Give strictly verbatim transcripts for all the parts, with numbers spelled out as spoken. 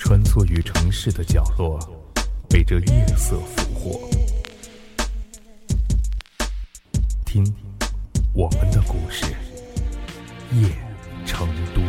穿梭于城市的角落，被这夜色俘获。听我们的故事，夜成都。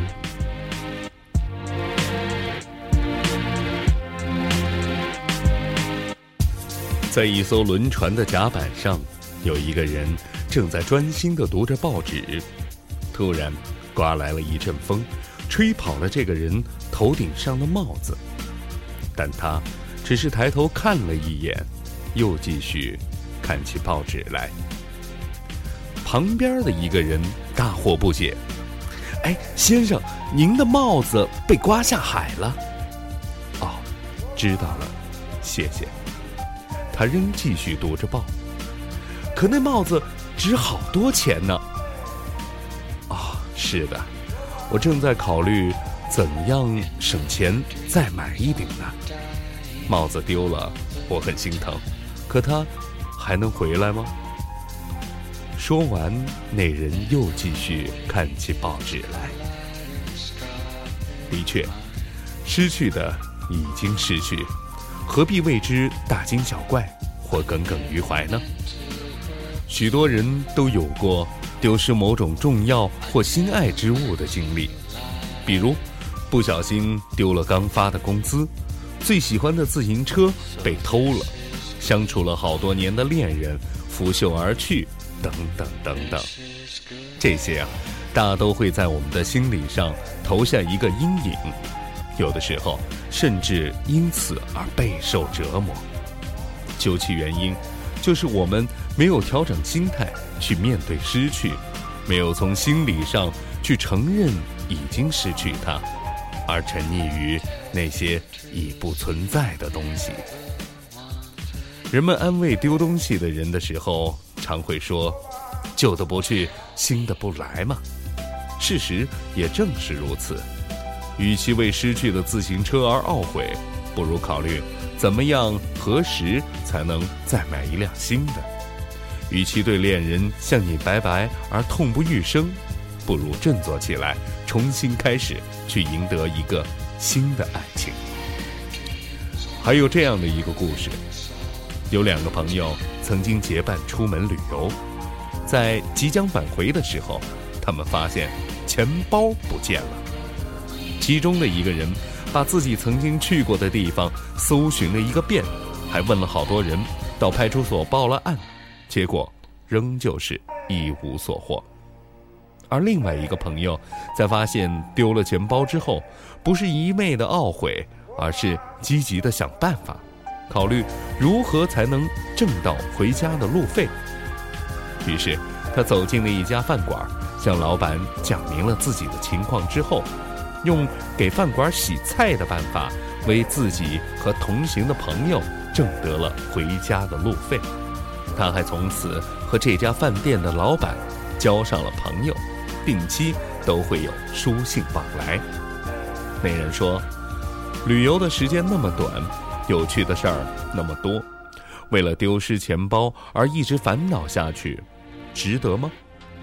在一艘轮船的甲板上，有一个人正在专心地读着报纸。突然刮来了一阵风，吹跑了这个人头顶上的帽子，但他只是抬头看了一眼，又继续看起报纸来。旁边的一个人大惑不解：哎，先生，您的帽子被刮下海了。哦，知道了，谢谢。他仍继续读着报，可那帽子值好多钱呢。哦，是的，我正在考虑怎样省钱再买一顶呢。帽子丢了，我很心疼，可它还能回来吗？说完，那人又继续看起报纸来。的确，失去的已经失去，何必为之大惊小怪或耿耿于怀呢？许多人都有过丢失某种重要或心爱之物的经历，比如不小心丢了刚发的工资，最喜欢的自行车被偷了，相处了好多年的恋人拂袖而去，等等等等。这些啊，大都会在我们的心理上投下一个阴影，有的时候甚至因此而备受折磨。究其原因，就是我们没有调整心态去面对失去，没有从心理上去承认已经失去它，而沉溺于那些已不存在的东西。人们安慰丢东西的人的时候，常会说，旧的不去，新的不来嘛。事实也正是如此。与其为失去的自行车而懊悔，不如考虑怎么样何时才能再买一辆新的。与其对恋人向你拜拜而痛不欲生，不如振作起来，重新开始，去赢得一个新的爱情。还有这样的一个故事，有两个朋友曾经结伴出门旅游，在即将返回的时候，他们发现钱包不见了。其中的一个人把自己曾经去过的地方搜寻了一个遍，还问了好多人，到派出所报了案，结果仍旧是一无所获。而另外一个朋友在发现丢了钱包之后，不是一味的懊悔，而是积极的想办法，考虑如何才能挣到回家的路费。于是他走进了一家饭馆，向老板讲明了自己的情况之后，用给饭馆洗菜的办法，为自己和同行的朋友挣得了回家的路费。他还从此和这家饭店的老板交上了朋友，定期都会有书信往来。那人说，旅游的时间那么短，有趣的事儿那么多，为了丢失钱包而一直烦恼下去，值得吗？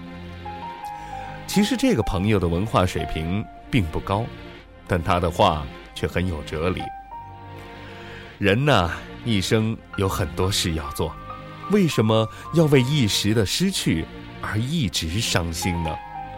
其实这个朋友的文化水平并不高，但他的话却很有哲理。人呐，一生有很多事要做，为什么要为一时的失去而一直伤心呢？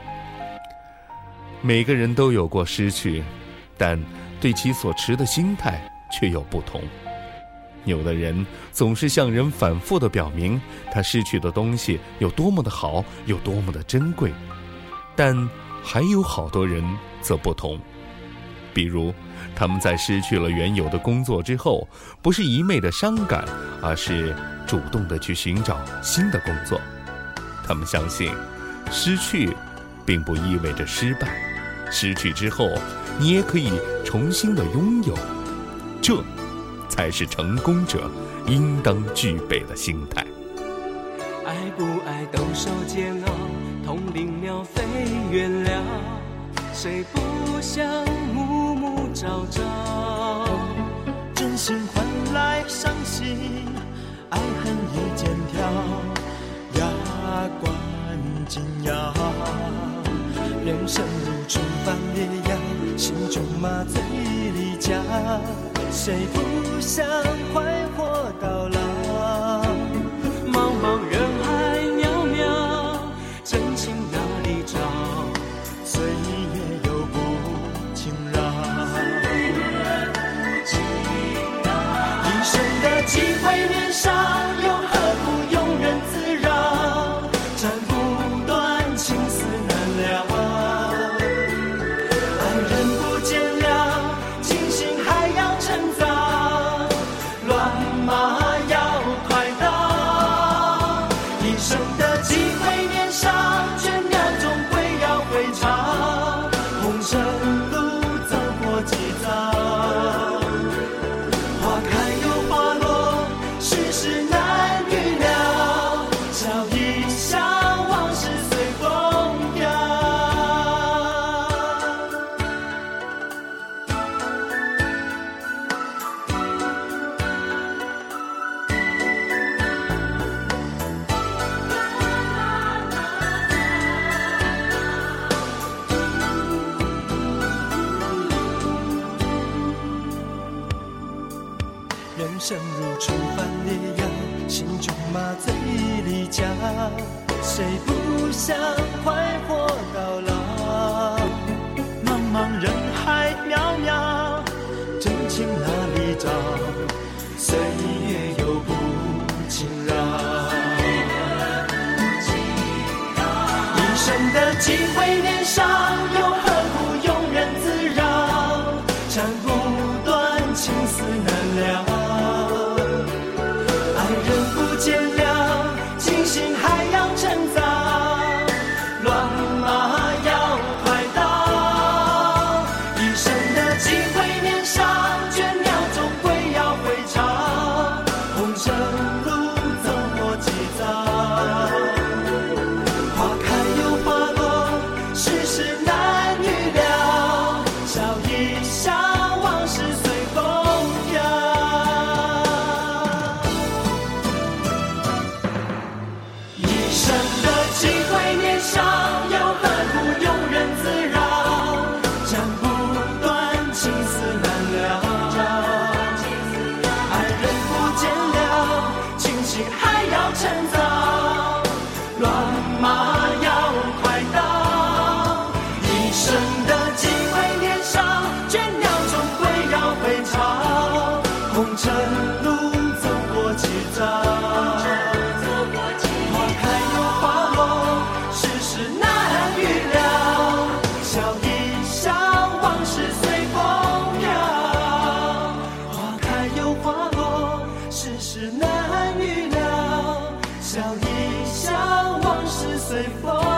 每个人都有过失去，但对其所持的心态却有不同。有的人总是向人反复地表明他失去的东西有多么的好，有多么的珍贵，但还有好多人则不同。比如他们在失去了原有的工作之后，不是一昧的伤感，而是主动的去寻找新的工作。他们相信失去并不意味着失败，失去之后你也可以重新的拥有，这才是成功者应当具备的心态。 爱不爱都受煎熬，同林鸟飞远了，谁不想暮暮朝朝？真心换来伤心，爱恨一肩挑，牙关紧咬。人生如重返烈阳，心中麻醉离家，谁不想快活到老？ 茫茫人海渺渺，真情哪里找？ 岁月又不轻饶， 一生的机会年少，又何苦庸人自扰？斩不断，情丝难了，爱人不见了，惊醒还要趁早，乱麻要快到。一生的机会年少，倦鸟终归要回巢，红尘路走过几遭，花开又花落，世事难预料，笑一笑，往事随风飘。 人生如春帆烈阳，心中麻醉离家，谁不想快活到老？茫茫人海渺渺，真情哪里找？岁月又不轻饶， 一生的机会年少，又何苦庸人自扰？斩不断，情丝难了，爱人不见了，惊醒还要趁早，乱麻要快到。一生的机会年少，倦鸟终归要回巢，红尘路走过几遭，花开又花落，世事难预料，笑一笑，往事随风飘。一生的机会年少，又何苦庸人自扰？斩不断，情丝难了，爱人不见了，惊醒还要趁早，乱麻要快到。一生的机会年少，倦鸟终归要回巢，红尘路走过几遭，花开又花落，世事难预料，笑一笑，往事随风飘。花开又花落，世事难预料，笑一笑，往事随风